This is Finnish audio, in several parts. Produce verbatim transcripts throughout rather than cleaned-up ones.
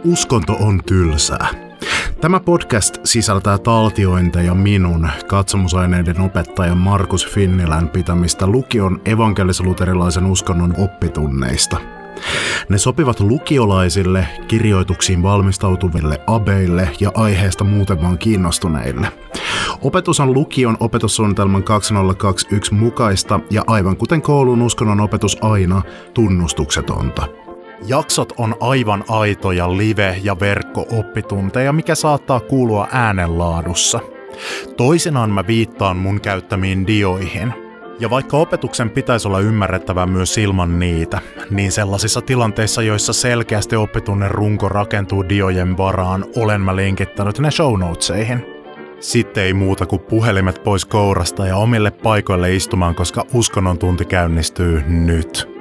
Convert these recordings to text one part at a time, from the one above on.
Uskonto on tylsää. Tämä podcast sisältää taltiointeja minun, katsomusaineiden opettajan Markus Finnilän pitämistä lukion evankelis-luterilaisen uskonnon oppitunneista. Ne sopivat lukiolaisille, kirjoituksiin valmistautuville abeille ja aiheesta muuten vaan kiinnostuneille. Opetus on lukion opetussuunnitelman kaksituhattakaksikymmentäyksi mukaista ja aivan kuten koulun uskonnon opetus aina, tunnustuksetonta. Jaksot on aivan aitoja live- ja verkko-oppitunteja, mikä saattaa kuulua äänenlaadussa. Toisinaan mä viittaan mun käyttämiin dioihin. Ja vaikka opetuksen pitäisi olla ymmärrettävää myös ilman niitä, niin sellaisissa tilanteissa, joissa selkeästi oppitunnin runko rakentuu diojen varaan, olen mä linkittänyt ne show notesihin. Sitten ei muuta kuin puhelimet pois kourasta ja omille paikoille istumaan, koska uskonnon tunti käynnistyy nyt.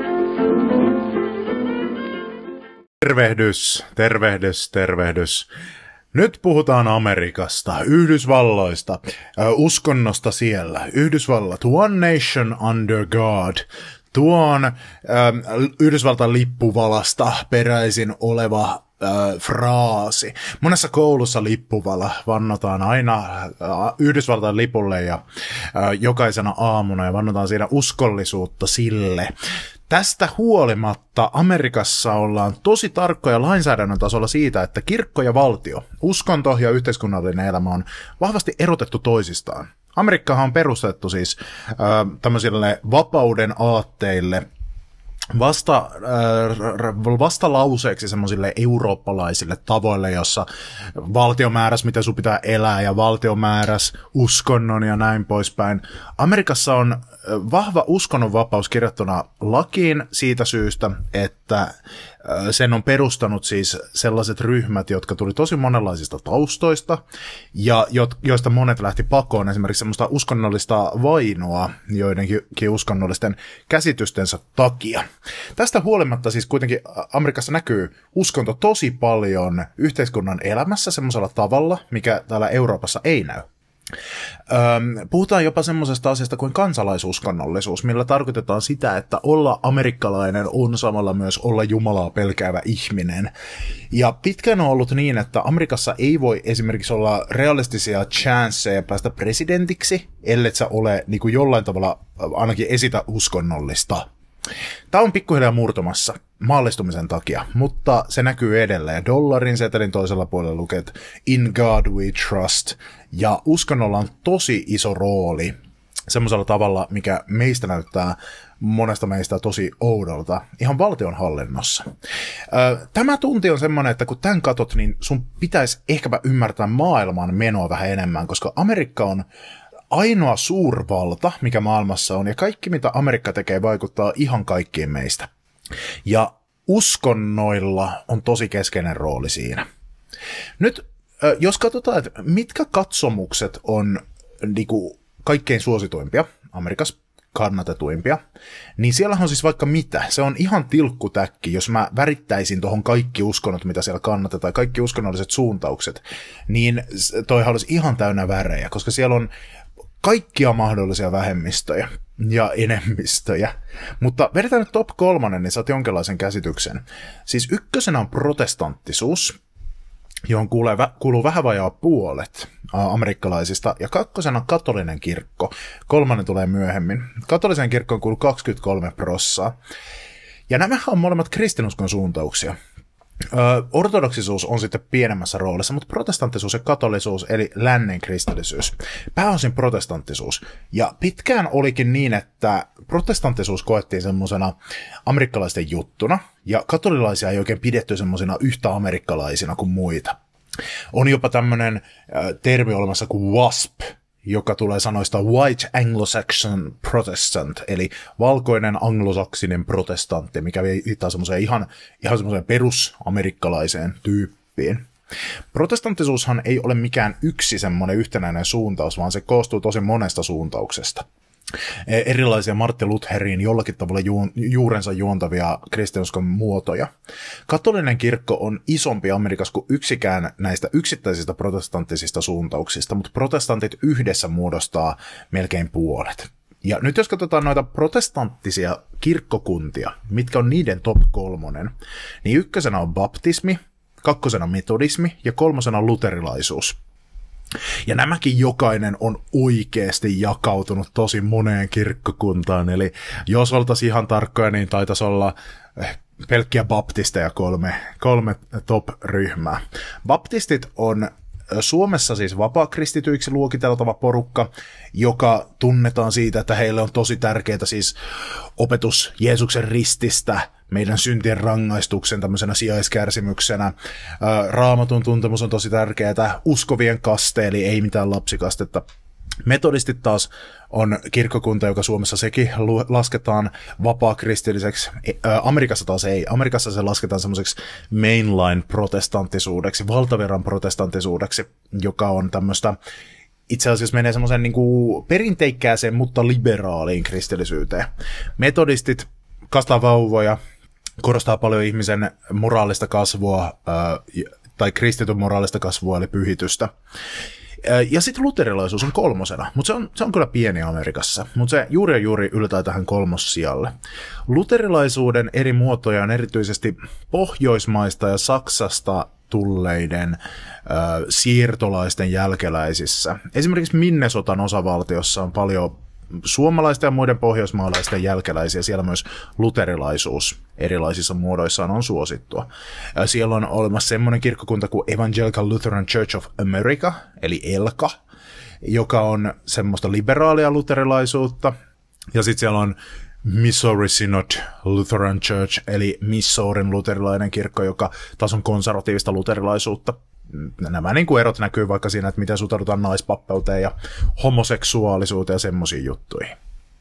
Tervehdys, tervehdys, tervehdys. Nyt puhutaan Amerikasta, Yhdysvalloista, äh, uskonnosta siellä. Yhdysvallat, one nation under God. Tuo on äh, Yhdysvaltain lippuvalasta peräisin oleva äh, fraasi. Monessa koulussa lippuvala vannotaan aina äh, Yhdysvaltain lipulle ja äh, jokaisena aamuna ja vannotaan siinä uskollisuutta sille. Tästä huolimatta Amerikassa ollaan tosi tarkkoja lainsäädännön tasolla siitä, että kirkko ja valtio, uskonto ja yhteiskunnallinen elämä on vahvasti erotettu toisistaan. Amerikkahan on perustettu siis äh, tämmöisille vapauden aatteille vasta, äh, vastalauseeksi semmoisille eurooppalaisille tavoille, jossa valtio määräsi, miten sun pitää elää, ja valtio määräsi uskonnon ja näin poispäin. Amerikassa on vahva uskonnonvapaus kirjattuna lakiin siitä syystä, että sen on perustanut siis sellaiset ryhmät, jotka tuli tosi monenlaisista taustoista, ja joista monet lähti pakoon esimerkiksi semmoista uskonnollista vainoa joidenkin uskonnollisten käsitystensä takia. Tästä huolimatta siis kuitenkin Amerikassa näkyy uskonto tosi paljon yhteiskunnan elämässä semmoisella tavalla, mikä täällä Euroopassa ei näy. Öm, puhutaan jopa semmoisesta asiasta kuin kansalaisuskonnollisuus, millä tarkoitetaan sitä, että olla amerikkalainen on samalla myös olla Jumalaa pelkäävä ihminen. Ja pitkään on ollut niin, että Amerikassa ei voi esimerkiksi olla realistisia chanceja päästä presidentiksi, ellei sä ole niin kuin jollain tavalla ainakin esitä uskonnollista. Tämä on pikkuhiljaa murtumassa maallistumisen takia, mutta se näkyy edelleen. Dollarin setelin toisella puolella lukee, In God we trust, ja uskonnolla on tosi iso rooli semmoisella tavalla, mikä meistä näyttää monesta meistä tosi oudolta, ihan valtionhallinnossa. Tämä tunti on semmoinen, että kun tämän katot, niin sun pitäisi ehkäpä ymmärtää maailman menoa vähän enemmän, koska Amerikka on ainoa suurvalta, mikä maailmassa on, ja kaikki, mitä Amerikka tekee, vaikuttaa ihan kaikkiin meistä. Ja uskonnoilla on tosi keskeinen rooli siinä. Nyt, jos katsotaan, että mitkä katsomukset on niin kuin kaikkein suosituimpia, Amerikassa kannatetuimpia, niin siellä on siis vaikka mitä. Se on ihan tilkkutäkki, jos mä värittäisin tuohon kaikki uskonnot, mitä siellä kannatetaan, kaikki uskonnolliset suuntaukset, niin toihan olisi ihan täynnä värejä, koska siellä on kaikkia mahdollisia vähemmistöjä ja enemmistöjä. Mutta vedetään nyt top kolmannen, niin saat jonkinlaisen käsityksen. Siis ykkösenä on protestanttisuus, johon kuuluu, kuuluu vähän vajaa puolet amerikkalaisista, ja kakkosena katolinen kirkko. Kolmannen tulee myöhemmin. Katoliseen kirkkoon kuuluu kaksikymmentäkolme prosenttia. Ja nämähän on molemmat kristinuskon suuntauksia. Ö, ortodoksisuus on sitten pienemmässä roolissa, mutta protestanttisuus ja katolisuus, eli lännen kristillisyys. Pääosin protestanttisuus. Ja pitkään olikin niin, että protestanttisuus koettiin semmoisena amerikkalaisten juttuna, ja katolilaisia ei oikein pidetty semmoisena yhtä amerikkalaisina kuin muita. On jopa tämmöinen äh, termi olemassa kuin W A S P, joka tulee sanoista White Anglo-Saxon Protestant, eli valkoinen anglosaksinen protestantti, mikä viittaa semmoiseen ihan, ihan semmoiseen perusamerikkalaiseen tyyppiin. Protestanttisuushan ei ole mikään yksi semmoinen yhtenäinen suuntaus, vaan se koostuu tosi monesta suuntauksesta. Erilaisia Martin Lutherin jollakin tavalla ju- juurensa juontavia kristinuskon muotoja. Katolinen kirkko on isompi Amerikassa kuin yksikään näistä yksittäisistä protestanttisista suuntauksista, mutta protestantit yhdessä muodostaa melkein puolet. Ja nyt jos katsotaan noita protestanttisia kirkkokuntia, mitkä on niiden top kolmonen, niin ykkösenä on baptismi, kakkosena metodismi ja kolmosena luterilaisuus. Ja nämäkin jokainen on oikeasti jakautunut tosi moneen kirkkokuntaan, eli jos oltaisiin ihan tarkkoja, niin taitaisi olla pelkkiä baptisteja kolme, kolme top-ryhmää. Baptistit on Suomessa siis vapaakristityiksi luokiteltava porukka, joka tunnetaan siitä, että heille on tosi tärkeää siis opetus Jeesuksen rististä, meidän syntien rangaistuksen tämmöisenä sijaiskärsimyksenä. Raamatun tuntemus on tosi tärkeää, uskovien kaste, eli ei mitään lapsikastetta. Metodistit taas on kirkkokunta, joka Suomessa sekin lasketaan vapaakristilliseksi. Amerikassa taas ei. Amerikassa se lasketaan semmoiseksi mainline-protestanttisuudeksi, valtavirran protestanttisuudeksi, joka on tämmöistä, itse asiassa menee semmoisen niin kuin perinteikkääseen, mutta liberaaliin kristillisyyteen. Metodistit kastaa vauvoja, korostaa paljon ihmisen moraalista kasvua, tai kristityn moraalista kasvua, eli pyhitystä. Ja sitten luterilaisuus on kolmosena, mutta se on, se on kyllä pieni Amerikassa, mutta se juuri ja juuri yltää tähän kolmossijalle. Luterilaisuuden eri muotoja on erityisesti Pohjoismaista ja Saksasta tulleiden äh, siirtolaisten jälkeläisissä. Esimerkiksi Minnesotan osavaltiossa on paljon suomalaisten ja muiden pohjoismaalaisten jälkeläisiä, siellä myös luterilaisuus erilaisissa muodoissaan on suosittua. Siellä on olemassa semmoinen kirkkokunta kuin Evangelical Lutheran Church of America, eli E L C A, joka on semmoista liberaalia luterilaisuutta. Ja sitten siellä on Missouri Synod Lutheran Church, eli Missourin luterilainen kirkko, joka taas on konservatiivista luterilaisuutta. Nämä niin kuin erot näkyy vaikka siinä, että miten suhtaudutaan naispappeuteen ja homoseksuaalisuuteen ja semmoisiin juttuihin.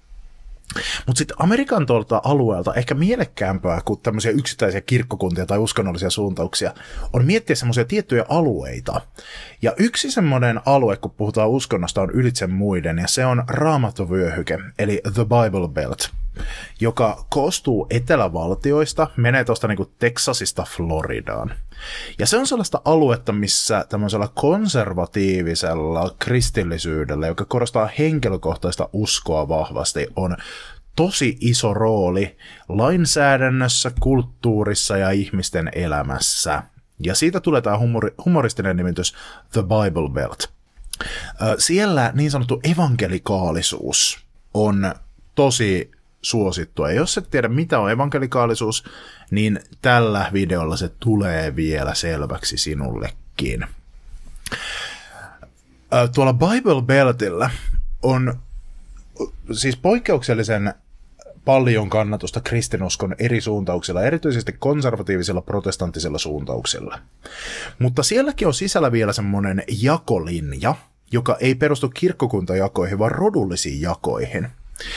Mutta sitten Amerikan tuolta alueelta ehkä mielekkäämpää kuin tämmöisiä yksittäisiä kirkkokuntia tai uskonnollisia suuntauksia on miettiä semmoisia tiettyjä alueita. Ja yksi semmoinen alue, kun puhutaan uskonnosta, on ylitse muiden, ja se on Raamattovyöhyke, eli The Bible Belt, joka koostuu etelävaltioista, menee tuosta niinku Texasista Floridaan. Ja se on sellaista aluetta, missä tämmöisellä konservatiivisella kristillisyydellä, joka korostaa henkilökohtaista uskoa vahvasti, on tosi iso rooli lainsäädännössä, kulttuurissa ja ihmisten elämässä. Ja siitä tulee tämä humori- humoristinen nimitys The Bible Belt. Siellä niin sanottu evankelikaalisuus on tosi suosittua. Ja jos et tiedä, mitä on evankelikaalisuus, niin tällä videolla se tulee vielä selväksi sinullekin. Tuolla Bible Beltillä on siis poikkeuksellisen paljon kannatusta kristinuskon eri suuntauksilla, erityisesti konservatiivisilla protestanttisilla suuntauksilla. Mutta sielläkin on sisällä vielä semmoinen jakolinja, joka ei perustu kirkkokuntajakoihin, vaan rodullisiin jakoihin.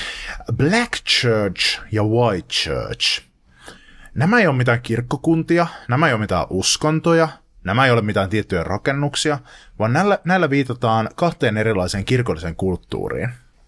Black Church ja White Church. Nämä ei ole mitään kirkkokuntia, nämä ei ole mitään uskontoja, nämä ei ole mitään tiettyjä rakennuksia, vaan näillä, näillä viitataan kahteen erilaiseen kirkolliseen kulttuuriin.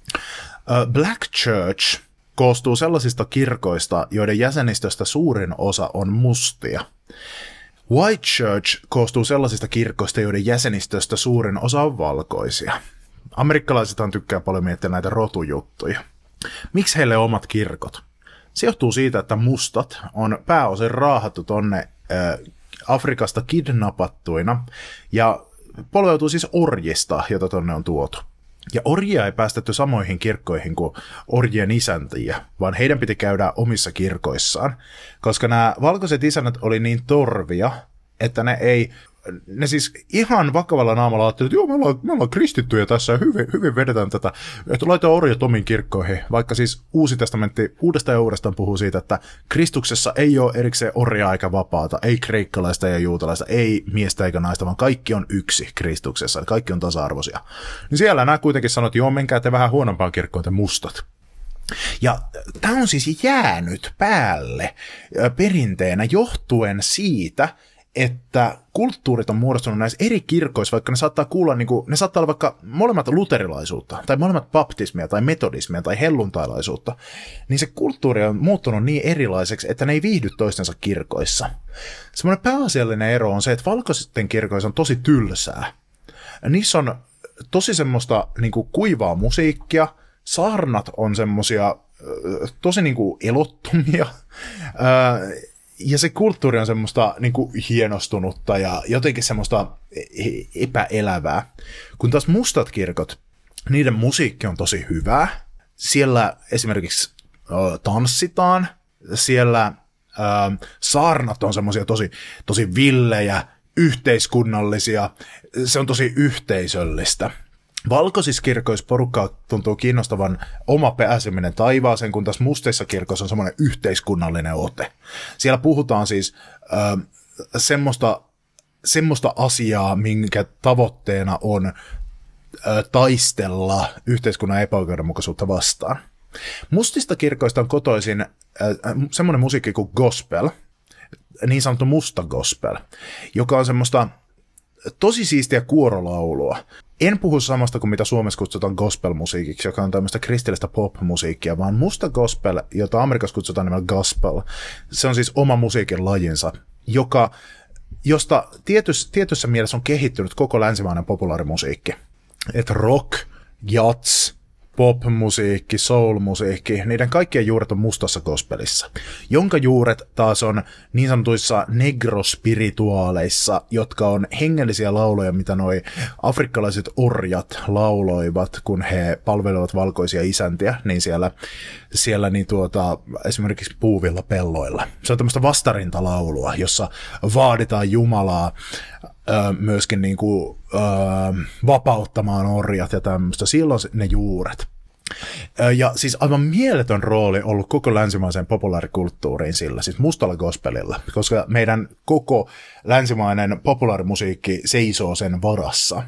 Black Church koostuu sellaisista kirkoista, joiden jäsenistöstä suurin osa on mustia. White Church koostuu sellaisista kirkoista, joiden jäsenistöstä suurin osa on valkoisia. Amerikkalaisethan tykkää paljon miettiä näitä rotujuttuja. Miksi heille on omat kirkot? Se johtuu siitä, että mustat on pääosin raahattu tonne äh, Afrikasta kidnappattuina ja polveutuu siis orjista, jota tonne on tuotu. Ja orjia ei päästetty samoihin kirkkoihin kuin orjien isäntiä, vaan heidän piti käydä omissa kirkoissaan, koska nämä valkoiset isännät oli niin torvia, että ne ei... Ne siis ihan vakavalla naamalla ajattelivat, että joo, me ollaan, me ollaan kristittyjä tässä ja hyvin, hyvin vedetään tätä, että laitetaan orjat omiin kirkkoihin, vaikka siis Uusi testamentti uudestaan ja uudestaan puhuu siitä, että Kristuksessa ei ole erikseen orjaa eikä vapaata, ei kreikkalaista ja juutalaista, ei miestä eikä naista, vaan kaikki on yksi Kristuksessa, eli kaikki on tasa-arvoisia. Niin siellä nämä kuitenkin sanoo, että joo, menkää te vähän huonompaan kirkkoon te mustat. Ja tämä on siis jäänyt päälle perinteenä johtuen siitä, että kulttuurit on muodostunut näissä eri kirkoissa, vaikka ne saattaa kuulla, niin kuin, ne saattaa olla vaikka molemmat luterilaisuutta, tai molemmat baptismia, tai metodismia, tai helluntailaisuutta, niin se kulttuuri on muuttunut niin erilaiseksi, että ne ei viihdy toistensa kirkoissa. Semmoinen pääasiallinen ero on se, että valkoisten kirkoissa on tosi tylsää. Niissä on tosi semmoista niin kuin kuivaa musiikkia, saarnat on semmoisia tosi niin kuin elottomia, ja se kulttuuri on semmoista niin kuin hienostunutta ja jotenkin semmoista epäelävää. Kun taas mustat kirkot, niiden musiikki on tosi hyvää. Siellä esimerkiksi äh, tanssitaan, siellä äh, saarnat on semmoisia tosi, tosi villejä, yhteiskunnallisia, se on tosi yhteisöllistä. Valkoisissa kirkoissa porukkaa tuntuu kiinnostavan oma pääseminen taivaaseen, kun taas musteissa kirkoissa on semmoinen yhteiskunnallinen ote. Siellä puhutaan siis äh, semmoista, semmoista asiaa, minkä tavoitteena on äh, taistella yhteiskunnan epäoikeudenmukaisuutta vastaan. Mustista kirkoista on kotoisin äh, semmoinen musiikki kuin gospel, niin sanottu musta gospel, joka on semmoista tosi siistiä kuorolaulua. En puhu samasta kuin mitä Suomessa kutsutaan gospel-musiikiksi, joka on tämmöistä kristillistä pop-musiikkia, vaan musta gospel, jota Amerikassa kutsutaan nimellä gospel, se on siis oma musiikin lajinsa, joka, josta tietyssä, tietyssä mielessä on kehittynyt koko länsimainen populaarimusiikki. Että rock, jazz, pop-musiikki, soul-musiikki, niiden kaikkien juuret on mustassa gospelissa, jonka juuret taas on niin sanotuissa negrospirituaaleissa, jotka on hengellisiä lauloja, mitä noi afrikkalaiset orjat lauloivat, kun he palvelevat valkoisia isäntiä, niin siellä, siellä niin tuota, esimerkiksi puuvilla pelloilla. Se on tämmöistä vastarintalaulua, jossa vaaditaan Jumalaa Öö, myöskin niin kuin, öö, vapauttamaan orjat ja tämmöistä. Silloin ne juuret. Öö, ja siis aivan mieletön rooli ollut koko länsimaiseen populaarikulttuuriin sillä, siis mustalla gospelilla, koska meidän koko länsimainen populaarimusiikki seisoo sen varassa.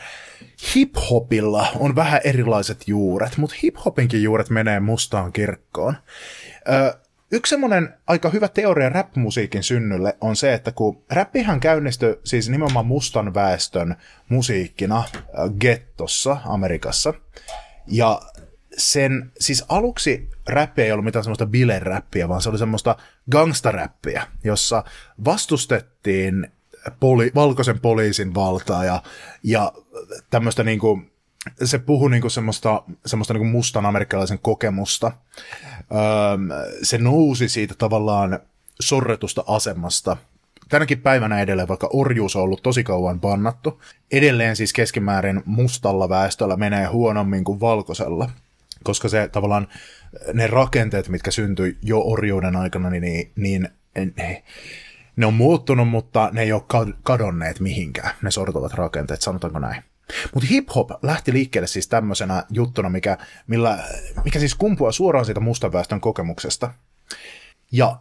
Hip-hopilla on vähän erilaiset juuret, mutta hip-hopinkin juuret menee mustaan kirkkoon. Öö, Yksi semmoinen aika hyvä teoria rap-musiikin synnylle on se, että kun räppihän käynnistyi siis nimenomaan mustan väestön musiikkina äh, gettossa Amerikassa, ja sen, siis aluksi räppi ei ollut mitään semmoista bile-räppiä, vaan se oli semmoista gangstaräppiä, jossa vastustettiin poli- valkoisen poliisin valtaa ja, ja tämmöistä niinku, se puhui niinku semmoista, semmoista niinku mustan amerikkalaisen kokemusta. Öö, se nousi siitä tavallaan sorretusta asemasta. Tänäkin päivänä edelleen, vaikka orjuus on ollut tosi kauan bannattu, edelleen siis keskimäärin mustalla väestöllä menee huonommin kuin valkoisella, koska se tavallaan ne rakenteet, mitkä syntyi jo orjuuden aikana, niin, niin ne, ne on muuttunut, mutta ne ei ole kadonneet mihinkään, ne sortuvat rakenteet, sanotaanko näin. Mutta hip-hop lähti liikkeelle siis tämmöisenä juttuna, mikä, millä, mikä siis kumpuaa suoraan siitä mustan väestön kokemuksesta. Ja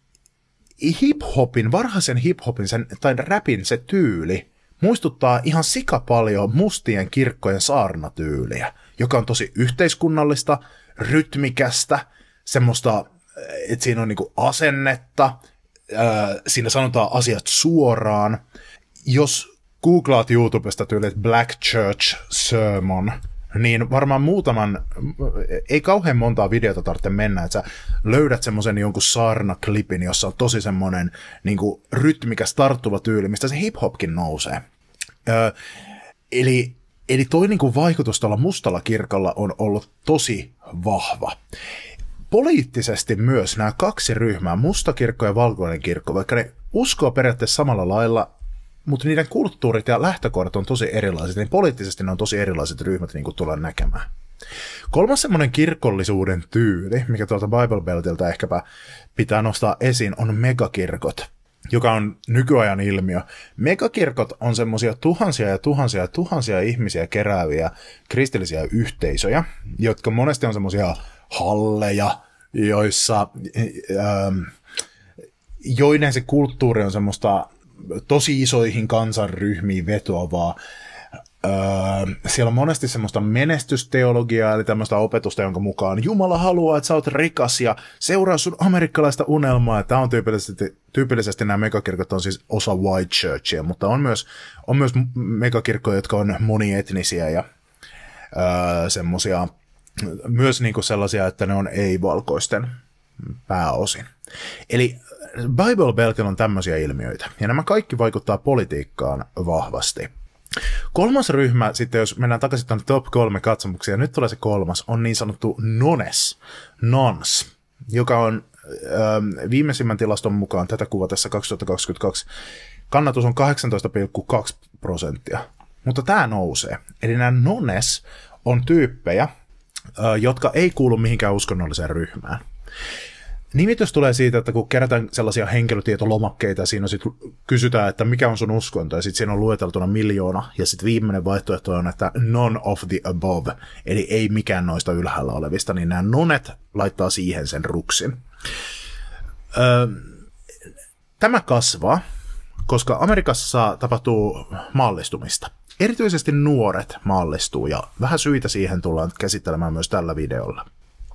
hip-hopin, varhaisen hip-hopin sen, tai rapin se tyyli muistuttaa ihan sika paljon mustien kirkkojen saarnatyyliä, joka on tosi yhteiskunnallista, rytmikästä, semmoista, että siinä on niinku asennetta, siinä sanotaan asiat suoraan. Jos googlaat YouTubesta tyyliin Black Church Sermon, niin varmaan muutaman, ei kauhean montaa videota tarvitse mennä, että sä löydät semmoisen jonkun saarnaklipin, jossa on tosi semmoinen niin kuin rytmikäs tarttuva tyyli, mistä se hip-hopkin nousee. Öö, eli, eli toi niin kuin vaikutus tuolla mustalla kirkolla on ollut tosi vahva. Poliittisesti myös nämä kaksi ryhmää, musta kirkko ja valkoinen kirkko, vaikka ne uskoo periaatteessa samalla lailla, mutta niiden kulttuurit ja lähtökohdat on tosi erilaiset, niin poliittisesti ne on tosi erilaiset ryhmät, niin kuin tullaan näkemään. Kolmas semmoinen kirkollisuuden tyyli, mikä tuolta Bible Beltiltä ehkäpä pitää nostaa esiin, on megakirkot, joka on nykyajan ilmiö. Megakirkot on semmoisia tuhansia ja tuhansia ja tuhansia ihmisiä kerääviä kristillisiä yhteisöjä, jotka monesti on semmoisia halleja, joissa, ähm, joiden se kulttuuri on semmoista tosi isoihin kansanryhmiin vetoavaa. Öö, siellä on monesti semmoista menestysteologiaa, eli tämmöistä opetusta, jonka mukaan Jumala haluaa, että sä oot rikas ja seuraa sun amerikkalaista unelmaa. Tämä on tyypillisesti, tyypillisesti nämä megakirkot on siis osa white churchia, mutta on myös, on myös megakirkkoja, jotka on monietnisiä ja öö, semmoisia, myös niinku sellaisia, että ne on ei-valkoisten pääosin. Eli Bible Beltillä on tämmöisiä ilmiöitä, ja nämä kaikki vaikuttaa politiikkaan vahvasti. Kolmas ryhmä, sitten jos mennään takaisin tuonne top kolme katsomuksiin, ja nyt tulee se kolmas, on niin sanottu nones, nons, joka on viimeisimmän tilaston mukaan tätä kuvatessa kaksituhattakaksikymmentäkaksi kannatus on kahdeksantoista pilkku kaksi prosenttia, mutta tämä nousee. Eli nämä nones on tyyppejä, jotka ei kuulu mihinkään uskonnolliseen ryhmään. Nimitys tulee siitä, että kun kerätään sellaisia henkilötietolomakkeita, siinä sit kysytään, että mikä on sun uskonto, ja sitten siinä on lueteltuna miljoona, ja sitten viimeinen vaihtoehto on, että none of the above, eli ei mikään noista ylhäällä olevista, niin nämä nonet laittaa siihen sen ruksin. Öö, tämä kasvaa, koska Amerikassa tapahtuu maallistumista. Erityisesti nuoret maallistuu, ja vähän syitä siihen tullaan käsittelemään myös tällä videolla.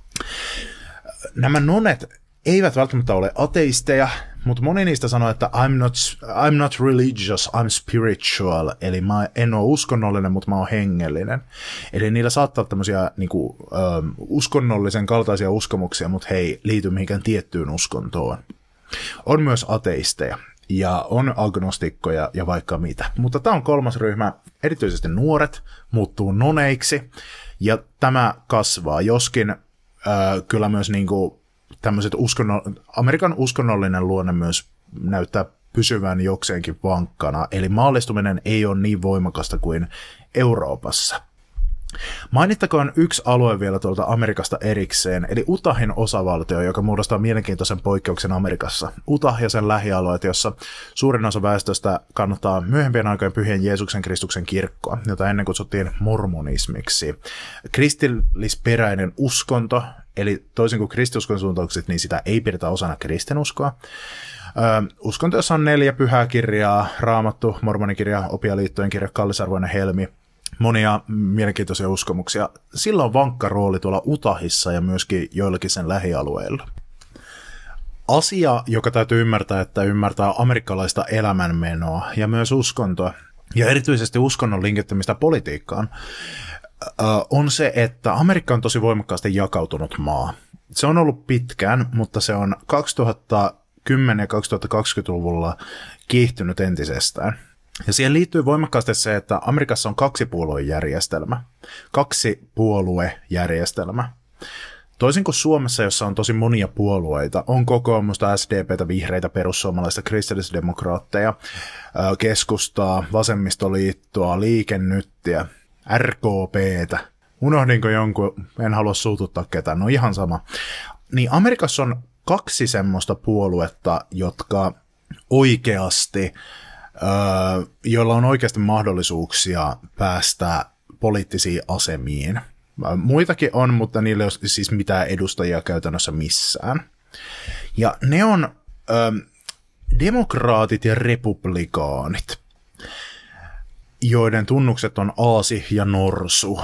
Nämä nonet eivät välttämättä ole ateisteja, mutta moni niistä sanoo, että I'm not, I'm not religious, I'm spiritual, eli mä en ole uskonnollinen, mutta mä oon hengellinen. Eli niillä saattaa olla tämmöisiä niin kuin, um, uskonnollisen kaltaisia uskomuksia, mutta he ei liity mihinkään tiettyyn uskontoon. On myös ateisteja ja on agnostikkoja ja vaikka mitä. Mutta tämä on kolmas ryhmä, erityisesti nuoret, muuttuu noneiksi ja tämä kasvaa, joskin äh, kyllä myös niin kuin, tämmöiset uskonno- Amerikan uskonnollinen luonne myös näyttää pysyvän jokseenkin vankkana, eli maallistuminen ei ole niin voimakasta kuin Euroopassa. Mainittakoon yksi alue vielä tuolta Amerikasta erikseen, eli Utahin osavaltio, joka muodostaa mielenkiintoisen poikkeuksen Amerikassa. Utah ja sen lähialueet, jossa suurin osa väestöstä kannattaa myöhempien aikojen Pyhien Jeesuksen Kristuksen kirkkoa, jota ennen kutsuttiin mormonismiksi. Kristillisperäinen uskonto, eli toisin kuin kristiuskon suuntaukset, niin sitä ei pidetä osana kristinuskoa. Ö, uskonto, jossa on neljä pyhää kirjaa, Raamattu, mormonikirja, Opialiittojen kirja, Kallisarvoinen helmi, monia mielenkiintoisia uskomuksia. Sillä on vankka rooli tuolla Utahissa ja myöskin joillakin sen lähialueilla. Asia, joka täytyy ymmärtää, että ymmärtää amerikkalaista elämänmenoa ja myös uskontoa, ja erityisesti uskonnon linkittämistä politiikkaan, on se, että Amerikka on tosi voimakkaasti jakautunut maa. Se on ollut pitkään, mutta se on kaksituhattakymmenen- ja kaksituhattakaksikymmentäluvulla kiihtynyt entisestään. Ja siihen liittyy voimakkaasti se, että Amerikassa on kaksipuoluejärjestelmä. Kaksipuoluejärjestelmä. Toisin kuin Suomessa, jossa on tosi monia puolueita, on kokoomusta, S D P:tä, vihreitä, perussuomalaista, kristillisdemokraatteja, keskustaa, vasemmistoliittoa, liikennyttiä, R K P:tä. Unohdinko jonkun, en halua suututtaa ketään, no ihan sama. Niin Amerikassa on kaksi semmoista puoluetta, jotka oikeasti, öö, joilla on oikeasti mahdollisuuksia päästä poliittisiin asemiin. Muitakin on, mutta niillä ei ole siis mitään edustajia käytännössä missään. Ja ne on öö, demokraatit ja republikaanit, joiden tunnukset on aasi ja norsu.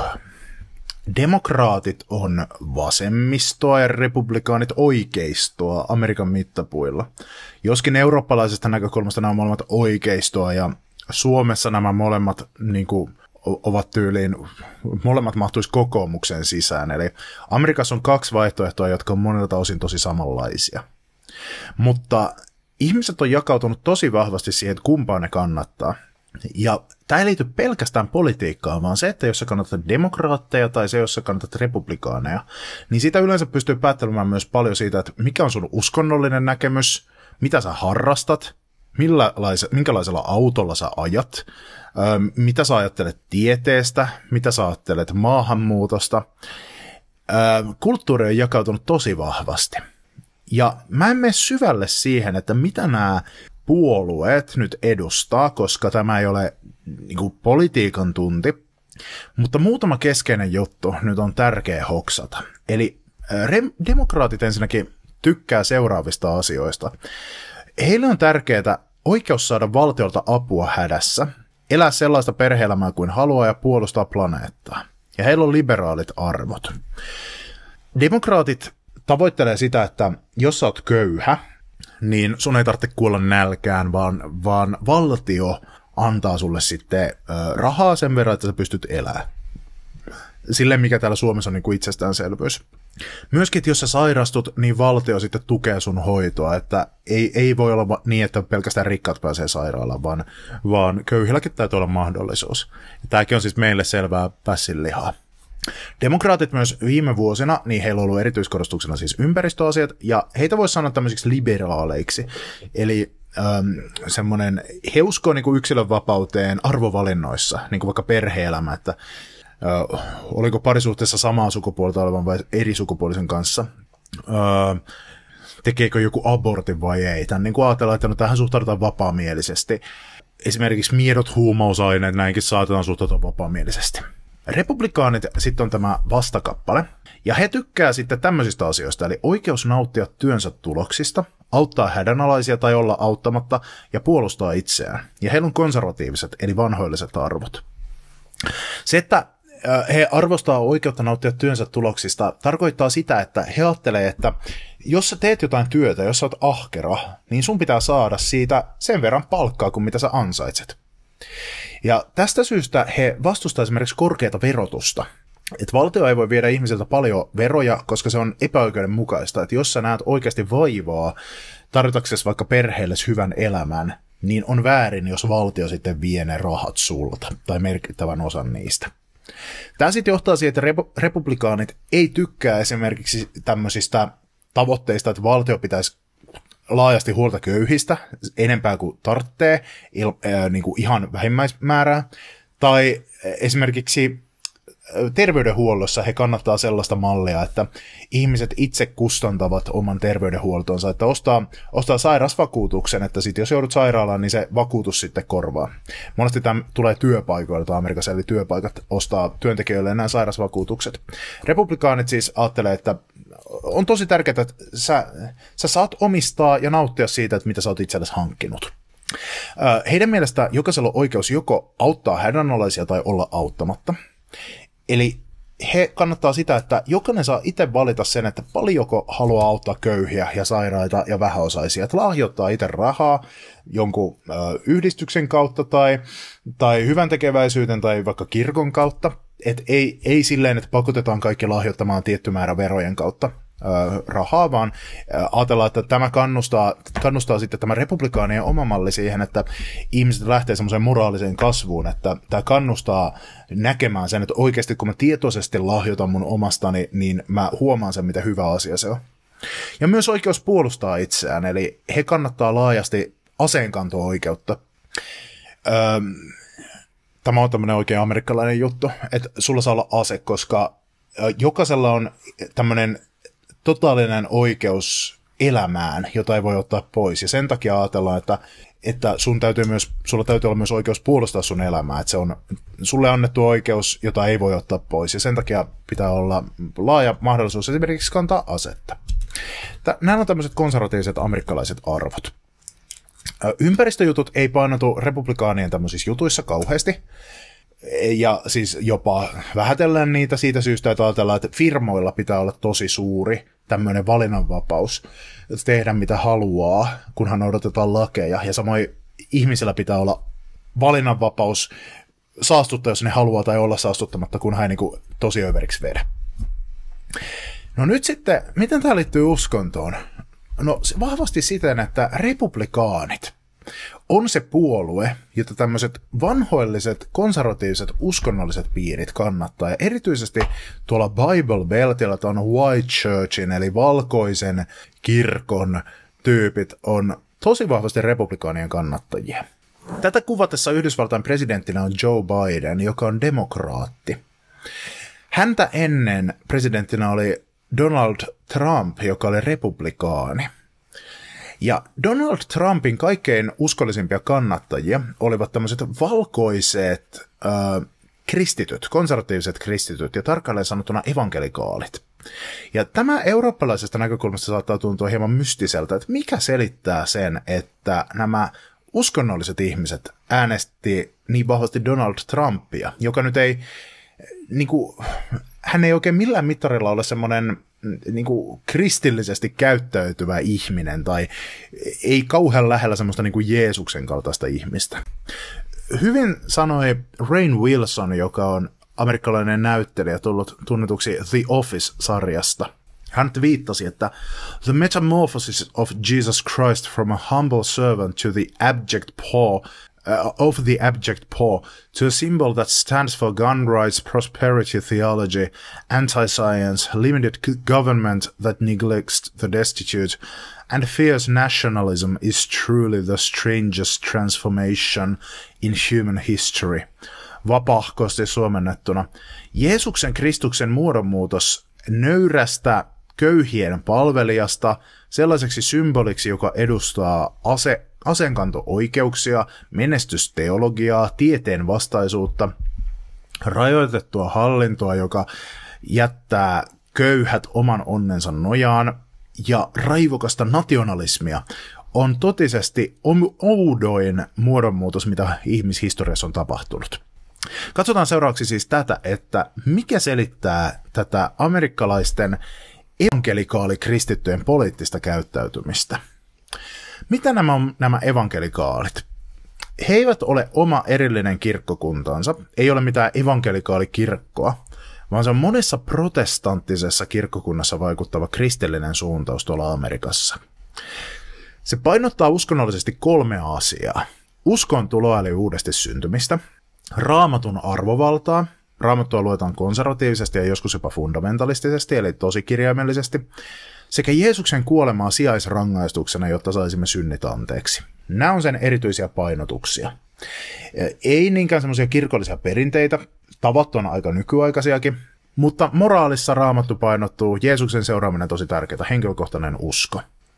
Demokraatit on vasemmistoa ja republikaanit oikeistoa Amerikan mittapuilla. Joskin eurooppalaisesta näkökulmasta nämä molemmat oikeistoa ja Suomessa nämä molemmat niin kuin, ovat tyyliin, molemmat mahtuisi kokoomuksen sisään. Eli Amerikassa on kaksi vaihtoehtoa, jotka on monelta osin tosi samanlaisia. Mutta ihmiset on jakautunut tosi vahvasti siihen, että kumpaa ne kannattaa. Ja tämä ei liity pelkästään politiikkaan, vaan se, että jos sä kannatat demokraatteja tai se, jos sä kannatat republikaaneja, niin siitä yleensä pystyy päättelemään myös paljon siitä, että mikä on sun uskonnollinen näkemys, mitä sä harrastat, minkälaisella autolla sä ajat, mitä sä ajattelet tieteestä, mitä sä ajattelet maahanmuutosta. Kulttuuri on jakautunut tosi vahvasti. Ja mä en mene syvälle siihen, että mitä nämä puolueet nyt edustaa, koska tämä ei ole niin kuin politiikan tunti, mutta muutama keskeinen juttu nyt on tärkeä hoksata. Eli re- demokraatit ensinnäkin tykkää seuraavista asioista. Heille on tärkeää oikeus saada valtiolta apua hädässä, elää sellaista perhe-elämää kuin haluaa ja puolustaa planeettaa. Ja heillä on liberaalit arvot. Demokraatit tavoittelee sitä, että jos sä oot köyhä, niin sun ei tarvitse kuolla nälkään, vaan, vaan valtio antaa sulle sitten ö, rahaa sen verran, että sä pystyt elämään. Silleen, mikä täällä Suomessa on niin kuin itsestäänselvyys. Myöskin, että jos sä sairastut, niin valtio sitten tukee sun hoitoa, että ei, ei voi olla niin, että pelkästään rikkaat pääsee sairaalaan, vaan, vaan köyhilläkin täytyy olla mahdollisuus. Ja tämäkin on siis meille selvää pässinlihaa. Demokraatit myös viime vuosina, niin heillä on ollut erityiskorostuksena siis ympäristöasiat, ja heitä voisi sanoa tämmöisiksi liberaaleiksi, eli ähm, semmoinen, he uskoo niin kuin yksilönvapauteen arvovalinnoissa, niin kuin vaikka perhe-elämä, että äh, oliko parisuhteessa samaa sukupuolta olevan vai eri sukupuolisen kanssa, äh, tekeekö joku abortin vai ei, tämän niin kuin ajatellaan, että no, tähän suhtaudutaan vapaamielisesti. Esimerkiksi miedot huumausaineet, näinkin saatetaan suhtautua vapaamielisesti. Republikaanit sitten on tämä vastakappale, ja he tykkää sitten tämmöisistä asioista, eli oikeus nauttia työnsä tuloksista, auttaa hädänalaisia tai olla auttamatta, ja puolustaa itseään. Ja heillä on konservatiiviset, eli vanhoilliset arvot. Se, että he arvostaa oikeutta nauttia työnsä tuloksista, tarkoittaa sitä, että he ajattelee, että jos sä teet jotain työtä, jos sä oot ahkera, niin sun pitää saada siitä sen verran palkkaa kuin mitä sä ansaitset. Ja tästä syystä he vastustavat esimerkiksi korkeata verotusta. Että valtio ei voi viedä ihmisiltä paljon veroja, koska se on epäoikeudenmukaista. Että jos sä näet oikeasti vaivaa tarjotaksesi vaikka perheelle hyvän elämän, niin on väärin, jos valtio sitten vie ne rahat sulta tai merkittävän osan niistä. Tämä sitten johtaa siihen, että republikaanit ei tykkää esimerkiksi tämmöisistä tavoitteista, että valtio pitäisi laajasti huolta köyhistä, enempää kuin tarvitsee, niin kuin ihan vähimmäismäärää, tai esimerkiksi terveydenhuollossa he kannattaa sellaista mallia, että ihmiset itse kustantavat oman terveydenhuoltonsa, että ostaa, ostaa sairausvakuutuksen, että sit jos joudut sairaalaan, niin se vakuutus sitten korvaa. Monesti tämä tulee työpaikoilta Amerikassa, eli työpaikat ostaa työntekijöille nämä sairausvakuutukset. Republikaanit siis ajattelee, että on tosi tärkeää, että sä, sä saat omistaa ja nauttia siitä, että mitä sä oot itsellesi hankkinut. Heidän mielestä jokaisella on oikeus joko auttaa hädänalaisia tai olla auttamatta. Eli he kannattaa sitä, että jokainen saa itse valita sen, että paljonko haluaa auttaa köyhiä ja sairaita ja vähäosaisia. Että lahjoittaa itse rahaa jonkun ö, yhdistyksen kautta tai, tai hyvän tekeväisyyden tai vaikka kirkon kautta. Et ei, ei silleen, että pakotetaan kaikki lahjoittamaan tietty määrä verojen kautta ö, rahaa, vaan ö, ajatellaan, että tämä kannustaa, kannustaa sitten tämä republikaanien oma malli siihen, että ihmiset lähtee semmoiseen moraaliseen kasvuun, että tämä kannustaa näkemään sen, että oikeasti kun mä tietoisesti lahjoitan mun omastani, niin mä huomaan sen, mitä hyvä asia se on. Ja myös oikeus puolustaa itseään, eli he kannattaa laajasti aseenkanto-oikeutta. Öö, Tämä on tämmöinen oikein amerikkalainen juttu, että sulla saa olla ase, koska jokaisella on tämmöinen totaalinen oikeus elämään, jota ei voi ottaa pois. Ja sen takia ajatellaan, että, että sun täytyy myös, sulla täytyy olla myös oikeus puolustaa sun elämää. Että se on sulle annettu oikeus, jota ei voi ottaa pois. Ja sen takia pitää olla laaja mahdollisuus esimerkiksi kantaa asetta. Nämä on tämmöiset konservatiiviset amerikkalaiset arvot. Ympäristöjutut ei painotu republikaanien tämmöisissä jutuissa kauheasti, ja siis jopa vähätellään niitä siitä syystä, että ajatellaan, että firmoilla pitää olla tosi suuri tämmöinen valinnanvapaus, tehdä mitä haluaa, kunhan noudatetaan lakeja, ja samoin ihmisillä pitää olla valinnanvapaus saastuttaa, jos ne haluaa, tai olla saastuttamatta, kunhan ei niin kuin tosi överiksi vedä. No nyt sitten, miten tämä liittyy uskontoon? No vahvasti siten, että republikaanit on se puolue, jota tämmöiset vanhoilliset, konservatiiviset, uskonnolliset piirit kannattaa. Ja erityisesti tuolla Bible Beltillä tuon White Churchin, eli valkoisen kirkon tyypit on tosi vahvasti republikaanien kannattajia. Tätä kuvatessa Yhdysvaltain presidenttinä on Joe Biden, joka on demokraatti. Häntä ennen presidenttinä oli Donald Trump, joka oli republikaani. Ja Donald Trumpin kaikkein uskollisimpia kannattajia olivat tämmöiset valkoiset äh, kristityt, konservatiiviset kristityt ja tarkalleen sanottuna evankelikaalit. Ja tämä eurooppalaisesta näkökulmasta saattaa tuntua hieman mystiseltä, että mikä selittää sen, että nämä uskonnolliset ihmiset äänesti niin vahvasti Donald Trumpia, joka nyt ei, niin kuin, hän ei oikein millään mittarilla ole semmoinen niin kuin kristillisesti käyttäytyvä ihminen tai ei kauhean lähellä semmoista niin kuin Jeesuksen kaltaista ihmistä. Hyvin sanoi Rainn Wilson, joka on amerikkalainen näyttelijä tullut tunnetuksi The Office-sarjasta. Hän viittasi, että the metamorphosis of Jesus Christ from a humble servant to the abject paw uh, of the abject poor to a symbol that stands for gun rights, prosperity theology, anti-science, limited government that neglects the destitute, and fierce nationalism is truly the strangest transformation in human history. Vapahkosti suomennettuna. Jeesuksen Kristuksen muodonmuutos nöyrästä köyhien palvelijasta sellaiseksi symboliksi, joka edustaa ase, aseenkanto-oikeuksia, menestysteologiaa, tieteen vastaisuutta, rajoitettua hallintoa, joka jättää köyhät oman onnensa nojaan, ja raivokasta nationalismia on totisesti oudoin muodonmuutos, mitä ihmishistoriassa on tapahtunut. Katsotaan seuraavaksi siis tätä, että mikä selittää tätä amerikkalaisten evankelikaalikristittyjen poliittista käyttäytymistä. Mitä nämä on nämä evankelikaalit? He eivät ole oma erillinen kirkkokuntansa, ei ole mitään evankelikaalikirkkoa, vaan se on monessa protestanttisessa kirkkokunnassa vaikuttava kristillinen suuntaus tuolla Amerikassa. Se painottaa uskonnollisesti kolmea asiaa. Uskon tuloa eli uudesti syntymistä, Raamatun arvovaltaa, Raamattua luetaan konservatiivisesti ja joskus jopa fundamentalistisesti, eli tosi kirjaimellisesti, sekä Jeesuksen kuolemaa sijaisrangaistuksena, jotta saisimme synnit anteeksi. Nämä on sen erityisiä painotuksia. Ei niinkään semmoisia kirkollisia perinteitä, tavat on aika nykyaikaisiakin, mutta moraalissa Raamattu painottuu, Jeesuksen seuraaminen tosi tärkeää, henkilökohtainen usko.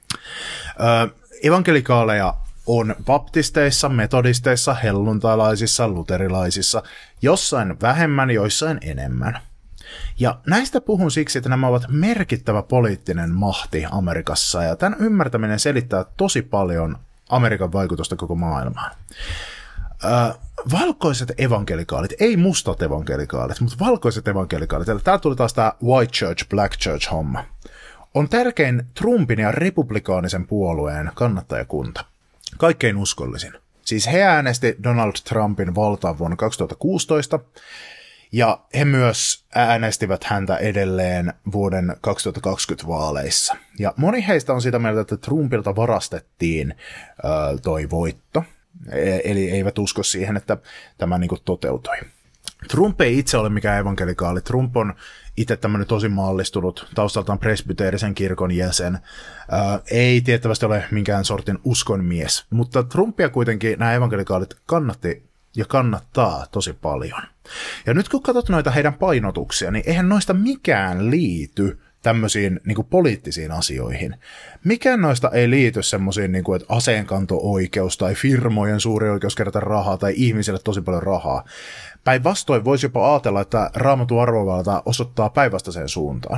Evankelikaaleja on baptisteissa, metodisteissa, helluntailaisissa, luterilaisissa, jossain vähemmän, joissain enemmän. Ja näistä puhun siksi, että nämä ovat merkittävä poliittinen mahti Amerikassa, ja tämän ymmärtäminen selittää tosi paljon Amerikan vaikutusta koko maailmaan. Ö, valkoiset evankelikaalit, ei mustat evankelikaalit, mutta valkoiset evankelikaalit, eli täällä tuli taas tämä white church, black church homma, on tärkein Trumpin ja republikaanisen puolueen kannattajakunta. Kaikkein uskollisin. Siis he äänesti Donald Trumpin valtaan vuonna kaksituhattakuusitoista, ja he myös äänestivät häntä edelleen vuoden kaksituhattakaksikymmentä vaaleissa. Ja moni heistä on sitä mieltä, että Trumpilta varastettiin ö, toi voitto, eli eivät usko siihen, että tämä niin kuin toteutui. Trump ei itse ole mikään evankelikaali. Trump on itse tämmöinen tosi maallistunut, taustaltaan presbyteerisen kirkon jäsen. Ää, ei tiettävästi ole minkään sortin uskonmies, mutta Trumpia kuitenkin nämä evankelikaalit kannatti ja kannattaa tosi paljon. Ja nyt kun katsot noita heidän painotuksia, niin eihän noista mikään liity tämmöisiin niin kuin poliittisiin asioihin. Mikään noista ei liity semmoisiin, niin kuin, että aseenkanto-oikeus tai firmojen suuri oikeus kerätä rahaa tai ihmisille tosi paljon rahaa. Päinvastoin voisi jopa ajatella, että Raamatun arvovalta osoittaa päinvastaiseen suuntaan.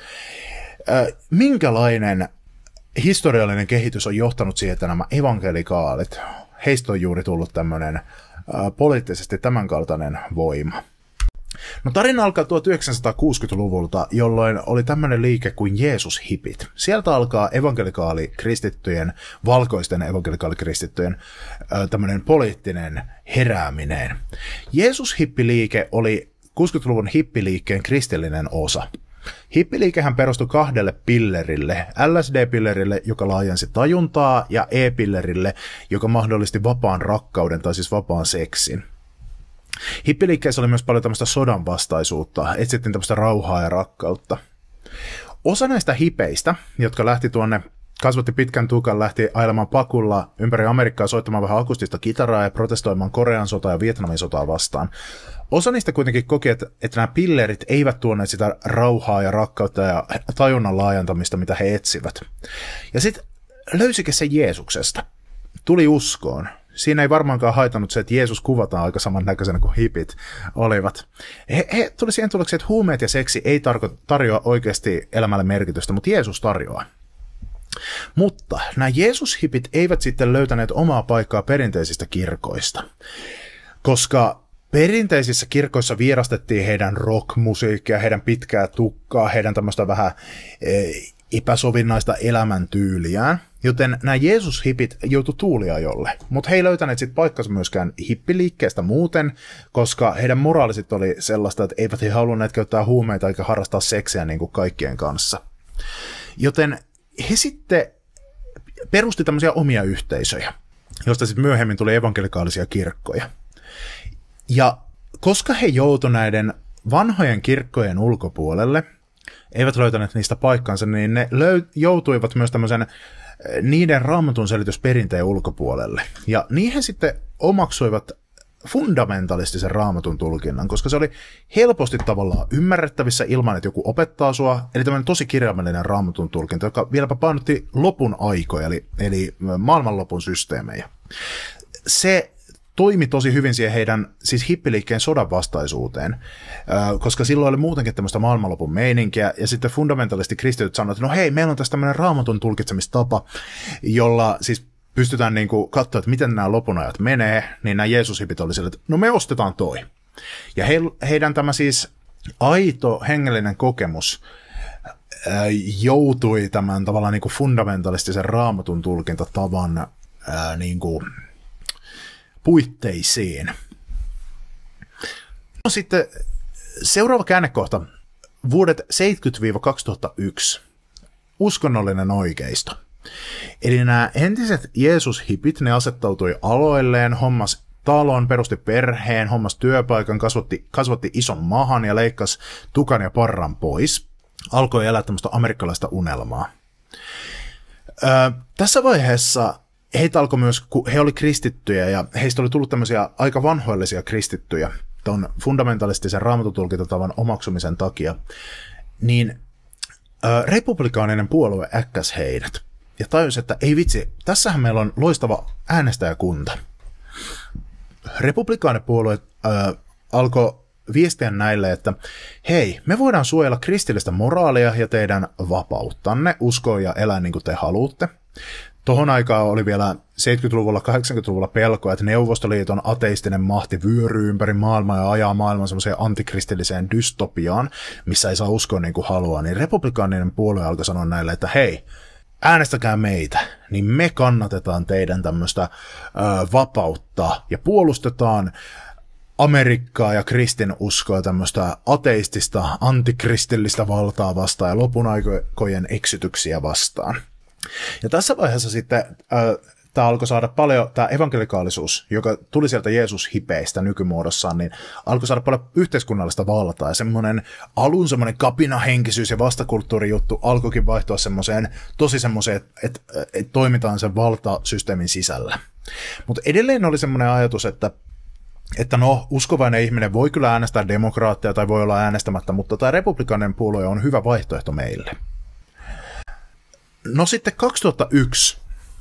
Minkälainen historiallinen kehitys on johtanut siihen, että nämä evankelikaalit, heistä on juuri tullut tämmöinen poliittisesti tämänkaltainen voima? No tarina alkaa tuhatyhdeksänsataakuusikymmentäluvulta, jolloin oli tämmöinen liike kuin Jeesus-hipit. Sieltä alkaa evankelikaalikristittyjen, valkoisten evankelikaalikristittyjen tämmöinen poliittinen herääminen. Jeesus-hippiliike oli kuusikymmentäluvun hippiliikkeen kristillinen osa. Hippiliikehän perustui kahdelle pillerille, L S D-pillerille, joka laajensi tajuntaa, ja E-pillerille, joka mahdollisti vapaan rakkauden, tai siis vapaan seksin. Hippiliikkeessä oli myös paljon tämmöistä sodan vastaisuutta, etsittiin tämmöistä rauhaa ja rakkautta. Osa näistä hipeistä, jotka lähti tuonne, kasvatti pitkän tukan, lähti ailemaan pakulla ympäri Amerikkaa soittamaan vähän akustista kitaraa ja protestoimaan Korean sotaa ja Vietnamin sotaa vastaan. Osa niistä kuitenkin koki, että, että nämä pillerit eivät tuoneet sitä rauhaa ja rakkautta ja tajunnan laajentamista, mitä he etsivät. Ja sitten löysikin se Jeesuksesta. Tuli uskoon. Siinä ei varmaankaan haitannut se, että Jeesus kuvataan aika samannäköisenä kuin hipit olivat. He, he tuli siihen tulokseen, että huumeet ja seksi ei tarko- tarjoa oikeasti elämälle merkitystä, mutta Jeesus tarjoaa. Mutta nämä Jeesus-hipit eivät sitten löytäneet omaa paikkaa perinteisistä kirkoista, koska perinteisissä kirkoissa vierastettiin heidän rockmusiikkia, heidän pitkää tukkaa, heidän tämmöistä vähän epäsovinnaista elämäntyyliään, joten nämä Jeesus-hipit joutu tuuliajolle, mutta he ei löytäneet sitten paikkansa myöskään hippiliikkeestä muuten, koska heidän moraaliset oli sellaista, että eivät he halunneet käyttää huumeita eikä harrastaa seksiä niin kuin kaikkien kanssa. Joten he sitten perusti tämmöisiä omia yhteisöjä. josta sitten myöhemmin tuli evankelikaalisia kirkkoja. Ja koska he joutuivat näiden vanhojen kirkkojen ulkopuolelle, eivät löytäneet niistä paikkaansa, niin ne löy- joutuivat myös tämmöisen niiden raamatun selitysperinteen ulkopuolelle. Ja niihin sitten omaksuivat fundamentalistisen raamatun tulkinnan, koska se oli helposti tavallaan ymmärrettävissä ilman, että joku opettaa sua, eli tämmöinen tosi kirjaimellinen raamatun tulkinta, joka vieläpä painotti lopun aikoja, eli, eli maailmanlopun systeemejä. Se toimi tosi hyvin siihen heidän siis hippiliikkeen sodan vastaisuuteen, koska silloin oli muutenkin tämmöistä maailmanlopun meininkiä, ja sitten fundamentalisti kristityt sanoivat, että no hei, meillä on tässä tämmöinen raamatun tulkitsemistapa, jolla siis pystytään niin kuin katsoa, että miten nämä lopunajat menee, niin nämä Jeesus-hipit oli sille, että no me ostetaan toi. Ja he, heidän tämä siis aito hengellinen kokemus ää, joutui tämän tavallaan niin kuin fundamentalistisen raamatun tulkintatavan ää, niin kuin puitteisiin. No sitten seuraava käännekohta, vuodet seitsemänkymmentä kaksituhattayksi, uskonnollinen oikeisto. Eli nämä entiset Jeesus-hipit, ne asettautui aloilleen, hommas talon, perusti perheen, hommas työpaikan, kasvatti, kasvatti ison mahan ja leikkasi tukan ja parran pois. Alkoi elää tämmöistä amerikkalaista unelmaa. Öö, tässä vaiheessa heitä alkoi myös, kun he oli kristittyjä ja heistä oli tullut tämmöisiä aika vanhoillisia kristittyjä ton fundamentalistisen raamatutulkintatavan omaksumisen takia, niin öö, republikaaninen puolue äkkäs heidät. Ja tajusi, että ei vitsi, tässähän meillä on loistava äänestäjäkunta. Republikaanipuolue äh, alkoi viestiä näille, että hei, me voidaan suojella kristillistä moraalia ja teidän vapauttanne, uskoa ja elää niin kuin te haluatte. Tohon aikaan oli vielä seitsemänkymmentäluvulla, kahdeksankymmentäluvulla pelkoa, että Neuvostoliiton ateistinen mahti vyöryy ympäri maailmaa ja ajaa maailman semmoiseen antikristilliseen dystopiaan, missä ei saa uskoa niin kuin haluaa. Niin republikaaninen puolue alkoi sanoa näille, että hei, äänestäkää meitä, niin me kannatetaan teidän tämmöistä ö, vapautta ja puolustetaan Amerikkaa ja kristinuskoa tämmöistä ateistista, antikristillistä valtaa vastaan ja lopun aikojen eksytyksiä vastaan. Ja tässä vaiheessa sitten ö, tämä alkoi saada paljon, tämä evankelikaalisuus, joka tuli sieltä Jeesus-hipeistä nykymuodossaan, niin alkoi saada paljon yhteiskunnallista valtaa, ja semmoinen alun semmoinen kapinahenkisyys ja vastakulttuurijuttu alkoikin vaihtua semmoiseen, tosi semmoiseen, että, että, että toimitaan sen valtasysteemin sisällä. Mutta edelleen oli semmoinen ajatus, että että no, uskovainen ihminen voi kyllä äänestää demokraattia tai voi olla äänestämättä, mutta tämä republikaaninen puolue on hyvä vaihtoehto meille. No sitten kaksituhattayksi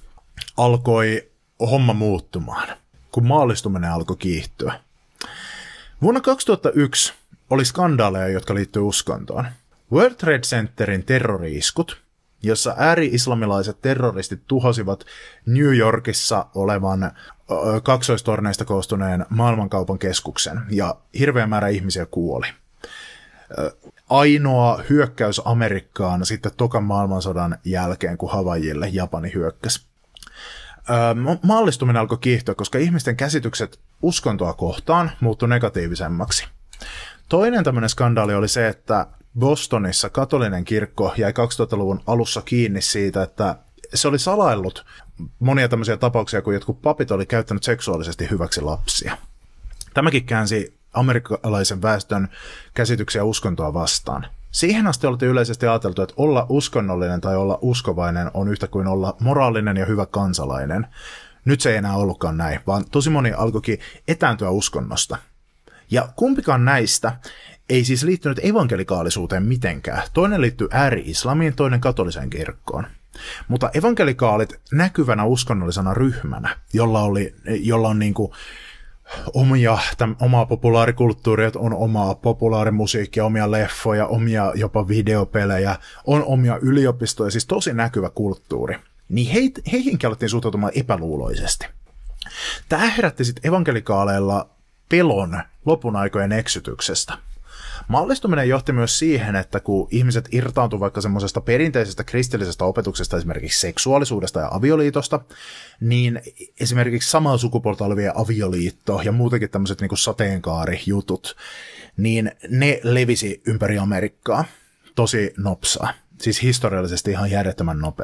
alkoi homma muuttumaan, kun maallistuminen alkoi kiihtyä. Vuonna kaksituhattayksi oli skandaaleja, jotka liittyivät uskontoon. World Trade Centerin terrori-iskut, jossa ääri-islamilaiset terroristit tuhosivat New Yorkissa olevan ö, kaksoistorneista koostuneen maailmankaupan keskuksen, ja hirveä määrä ihmisiä kuoli. Ö, ainoa hyökkäys Amerikkaan sitten tokan maailmansodan jälkeen, kun Havaijille Japani hyökkäsi. Maallistuminen alkoi kiihtyä, koska ihmisten käsitykset uskontoa kohtaan muuttui negatiivisemmaksi. Toinen tämmöinen skandaali oli se, että Bostonissa katolinen kirkko jäi kaksituhattaluvun alussa kiinni siitä, että se oli salaillut monia tämmöisiä tapauksia, kun jotkut papit oli käyttänyt seksuaalisesti hyväksi lapsia. Tämäkin käänsi amerikkalaisen väestön käsityksiä uskontoa vastaan. Siihen asti oltiin yleisesti ajateltu, että olla uskonnollinen tai olla uskovainen on yhtä kuin olla moraalinen ja hyvä kansalainen. Nyt se ei enää ollutkaan näin, vaan tosi moni alkoikin etääntyä uskonnosta. Ja kumpikaan näistä ei siis liittynyt evankelikaalisuuteen mitenkään. Toinen liittyy ääri-islamiin, toinen katoliseen kirkkoon. Mutta evankelikaalit näkyvänä uskonnollisena ryhmänä, jolla, oli, jolla on niin kuin omia, täm, omaa populaarikulttuuria, on omaa populaarimusiikkia, omia leffoja, omia jopa videopelejä, on omia yliopistoja, siis tosi näkyvä kulttuuri. Niin heit, heihinkin alettiin suhtautumaan epäluuloisesti. Tämä herätti sitten evankelikaaleilla pelon lopun aikojen eksytyksestä. Mallistuminen johti myös siihen, että kun ihmiset irtaantuivat vaikka semmoisesta perinteisestä kristillisestä opetuksesta, esimerkiksi seksuaalisuudesta ja avioliitosta, niin esimerkiksi samaa sukupuolta olevien avioliitto ja muutenkin tämmöiset niin kuin sateenkaarijutut, niin ne levisi ympäri Amerikkaa tosi nopsaa, siis historiallisesti ihan järjettömän nopeasti.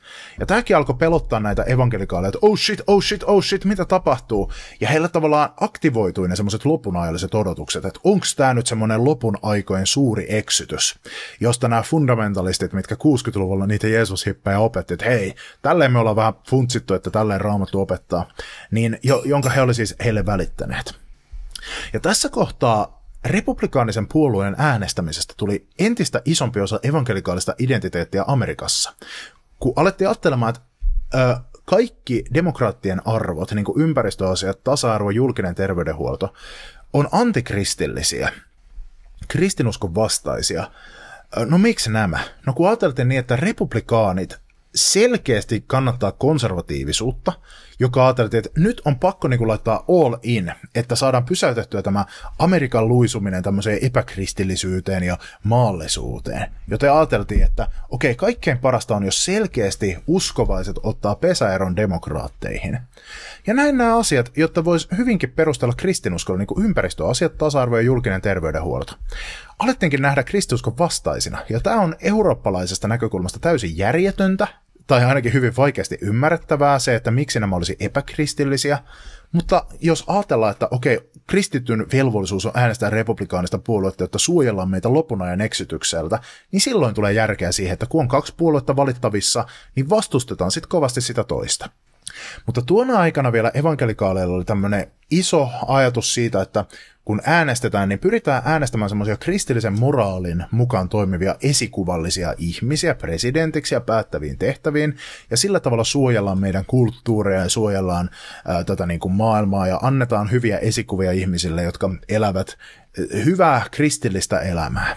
Ja tämäkin alkoi pelottaa näitä evankelikaaleja, että oh shit, oh shit, oh shit, mitä tapahtuu? Ja heillä tavallaan aktivoitui ne semmoiset lopunajalliset odotukset, että onko tämä nyt semmoinen lopun aikojen suuri eksytys, josta nämä fundamentalistit, mitkä kuusikymmentäluvulla niitä Jeesus-hippejä opetti, että hei, tälleen me ollaan vähän funtsittu, että tälleen Raamattu opettaa, niin jo, jonka he oli siis heille välittäneet. Ja tässä kohtaa republikaanisen puolueen äänestämisestä tuli entistä isompi osa evankelikaalista identiteettiä Amerikassa, kun alettiin ajattelemaan, että ö, kaikki demokraattien arvot, niin kuin ympäristöasiat, tasa-arvo, julkinen terveydenhuolto, on antikristillisiä, kristinuskon vastaisia. No miksi nämä? No kun ajateltiin niin, että republikaanit selkeästi kannattaa konservatiivisuutta, joka ajateltiin, että nyt on pakko niin kuin laittaa all in, että saadaan pysäytettyä tämä Amerikan luisuminen tämmöiseen epäkristillisyyteen ja maallisuuteen. Joten ajateltiin, että okei, kaikkein parasta on, jos selkeästi uskovaiset ottaa pesäeron demokraatteihin. Ja näin nämä asiat, jotta voisi hyvinkin perustella kristinuskolla niin kuin ympäristöasiat, tasa-arvo ja julkinen terveydenhuolto. Alettiinkin nähdä kristinuskon vastaisina, ja tämä on eurooppalaisesta näkökulmasta täysin järjetöntä, tai ainakin hyvin vaikeasti ymmärrettävää se, että miksi nämä olisi epäkristillisiä, mutta jos ajatellaan, että okei, kristityn velvollisuus on äänestää republikaanista puoluetta, jotta suojellaan meitä lopun ajan eksytykseltä, niin silloin tulee järkeä siihen, että kun on kaksi puoluetta valittavissa, niin vastustetaan sitten kovasti sitä toista. Mutta tuona aikana vielä evankelikaaleilla oli tämmöinen iso ajatus siitä, että kun äänestetään, niin pyritään äänestämään semmoisia kristillisen moraalin mukaan toimivia esikuvallisia ihmisiä presidentiksi ja päättäviin tehtäviin, ja sillä tavalla suojellaan meidän kulttuuria ja suojellaan ää, tätä niin kuin maailmaa ja annetaan hyviä esikuvia ihmisille, jotka elävät hyvää kristillistä elämää.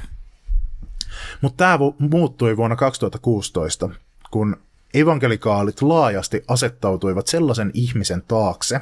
Mutta tämä muuttui vuonna kaksituhattakuusitoista, kun evankelikaalit laajasti asettautuivat sellaisen ihmisen taakse,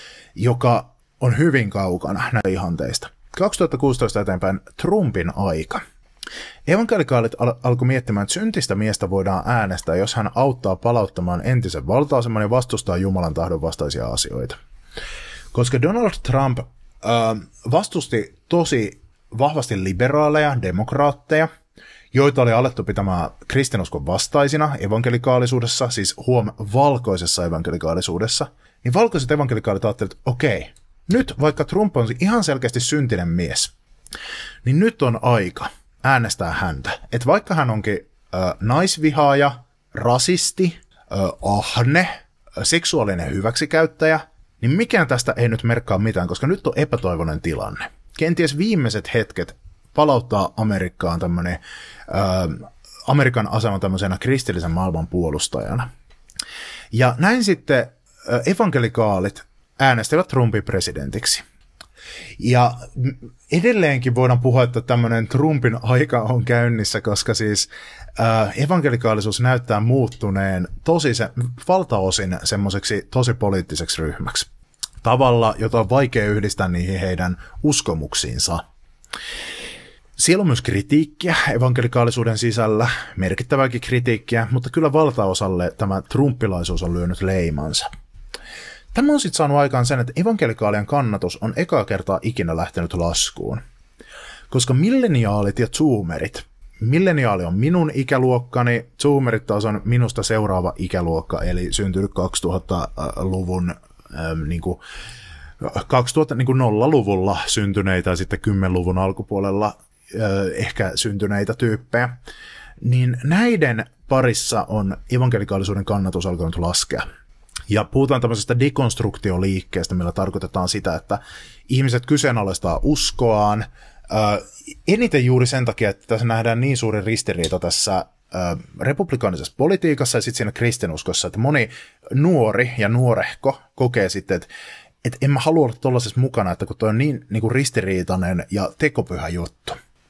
joka on hyvin kaukana näistä ihanteista. kaksituhattakuusitoista eteenpäin Trumpin aika. Evankelikaalit al- alkoi miettimään, että syntistä miestä voidaan äänestää, jos hän auttaa palauttamaan entisen valta-aseman ja vastustaa Jumalan tahdon vastaisia asioita. Koska Donald Trump äh, vastusti tosi vahvasti liberaaleja, demokraatteja, joita oli alettu pitämään kristinuskon vastaisina evankelikaalisuudessa, siis huom valkoisessa evankelikaalisuudessa, niin valkoiset evankelikaalit ajattelivat, että okei, nyt vaikka Trump on ihan selkeästi syntinen mies, niin nyt on aika äänestää häntä. Että vaikka hän onkin äh, naisvihaaja, rasisti, äh, ahne, äh, seksuaalinen hyväksikäyttäjä, niin mikään tästä ei nyt merkkaa mitään, koska nyt on epätoivoinen tilanne. Kenties viimeiset hetket palauttaa Amerikkaan tämmöinen äh, Amerikan asema tämmöisenä kristillisen maailman puolustajana. Ja näin sitten äh, evankelikaalit äänestivät Trumpin presidentiksi. Ja edelleenkin voidaan puhua, että tämmöinen Trumpin aika on käynnissä, koska siis äh, evankelikaalisuus näyttää muuttuneen tosi se, valtaosin semmoiseksi tosi poliittiseksi ryhmäksi. Tavalla, jota on vaikea yhdistää niihin heidän uskomuksiinsa. Siellä on myös kritiikkiä evankelikaalisuuden sisällä, merkittävääkin kritiikkiä, mutta kyllä valtaosalle tämä trumpilaisuus on lyönyt leimansa. Tämä on sitten saanut aikaan sen, että evankelikaalien kannatus on ekaa kertaa ikinä lähtenyt laskuun. Koska milleniaalit ja zoomerit, milleniaali on minun ikäluokkani, zoomerit taas on minusta seuraava ikäluokka, eli syntynyt kaksituhattaluvun ähm, niin kuin, kaksituhatta-luvulla syntyneitä ja sitten kymmenluvun alkupuolella äh, ehkä syntyneitä tyyppejä, niin näiden parissa on evankelikaalisuuden kannatus alkanut laskea. Ja puhutaan tämmöisestä dekonstruktioliikkeestä, millä tarkoitetaan sitä, että ihmiset kyseenalaistaa uskoaan, äh, eniten juuri sen takia, että tässä nähdään niin suuri ristiriita tässä äh, republikaanisessa politiikassa ja sitten siinä kristinuskossa, että moni nuori ja nuorehko kokee sitten, että, että en mä halua olla tuollaisessa mukana, että kun toi on niin, niin kuin ristiriitainen ja tekopyhä juttu.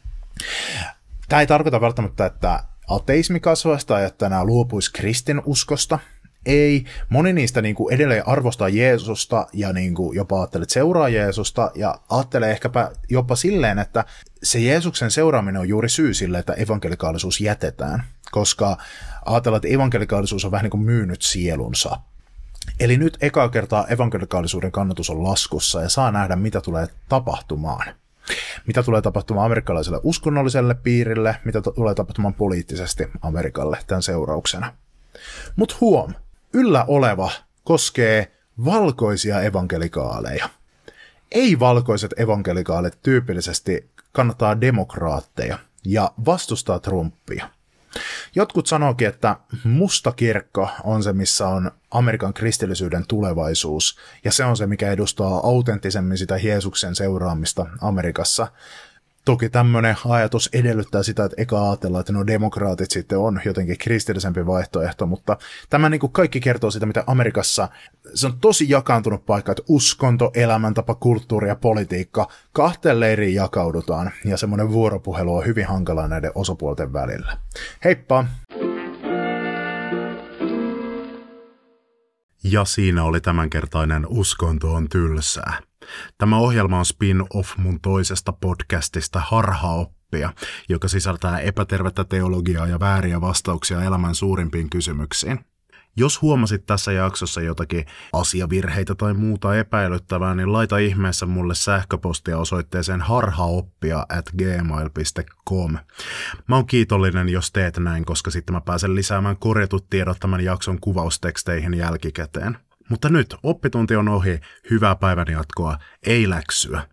Tämä ei tarkoita välttämättä, että ateismi kasvaisi tai että nämä luopuisi kristinuskosta. Ei, moni niistä niin kuin edelleen arvostaa Jeesusta ja niin kuin jopa ajattelee, että seuraa Jeesusta ja ajattelee ehkäpä jopa silleen, että se Jeesuksen seuraaminen on juuri syy sille, että evankelikaalisuus jätetään, koska ajatellaan, että evankelikaalisuus on vähän niin kuin myynyt sielunsa. Eli nyt ekaa kertaa evankelikaalisuuden kannatus on laskussa ja saa nähdä, mitä tulee tapahtumaan. Mitä tulee tapahtumaan amerikkalaiselle uskonnolliselle piirille, mitä tulee tapahtumaan poliittisesti Amerikalle tämän seurauksena. Mut huom, yllä oleva koskee valkoisia evankelikaaleja. Ei-valkoiset evankelikaalit tyypillisesti kannattaa demokraatteja ja vastustaa Trumpia. Jotkut sanookin, että musta kirkko on se, missä on Amerikan kristillisyyden tulevaisuus, ja se on se, mikä edustaa autenttisemmin sitä Jeesuksen seuraamista Amerikassa. Toki tämmöinen ajatus edellyttää sitä, että eka ajatellaan, että no demokraatit sitten on jotenkin kristillisempi vaihtoehto, mutta tämä niin kuin kaikki kertoo sitä, mitä Amerikassa, se on tosi jakaantunut paikka, että uskonto, elämäntapa, kulttuuri ja politiikka kahteen leiriin jakaudutaan, ja semmoinen vuoropuhelu on hyvin hankalaa näiden osapuolten välillä. Heippa! Ja siinä oli tämänkertainen Uskonto on tylsää. Tämä ohjelma on spin-off mun toisesta podcastista Harhaoppia, joka sisältää epätervettä teologiaa ja vääriä vastauksia elämän suurimpiin kysymyksiin. Jos huomasit tässä jaksossa jotakin asiavirheitä tai muuta epäilyttävää, niin laita ihmeessä mulle sähköpostia osoitteeseen harhaoppia at gmail dot com. Mä oon kiitollinen, jos teet näin, koska sitten mä pääsen lisäämään korjatut tiedot tämän jakson kuvausteksteihin jälkikäteen. Mutta nyt oppitunti on ohi, hyvää päivän jatkoa, ei läksyä.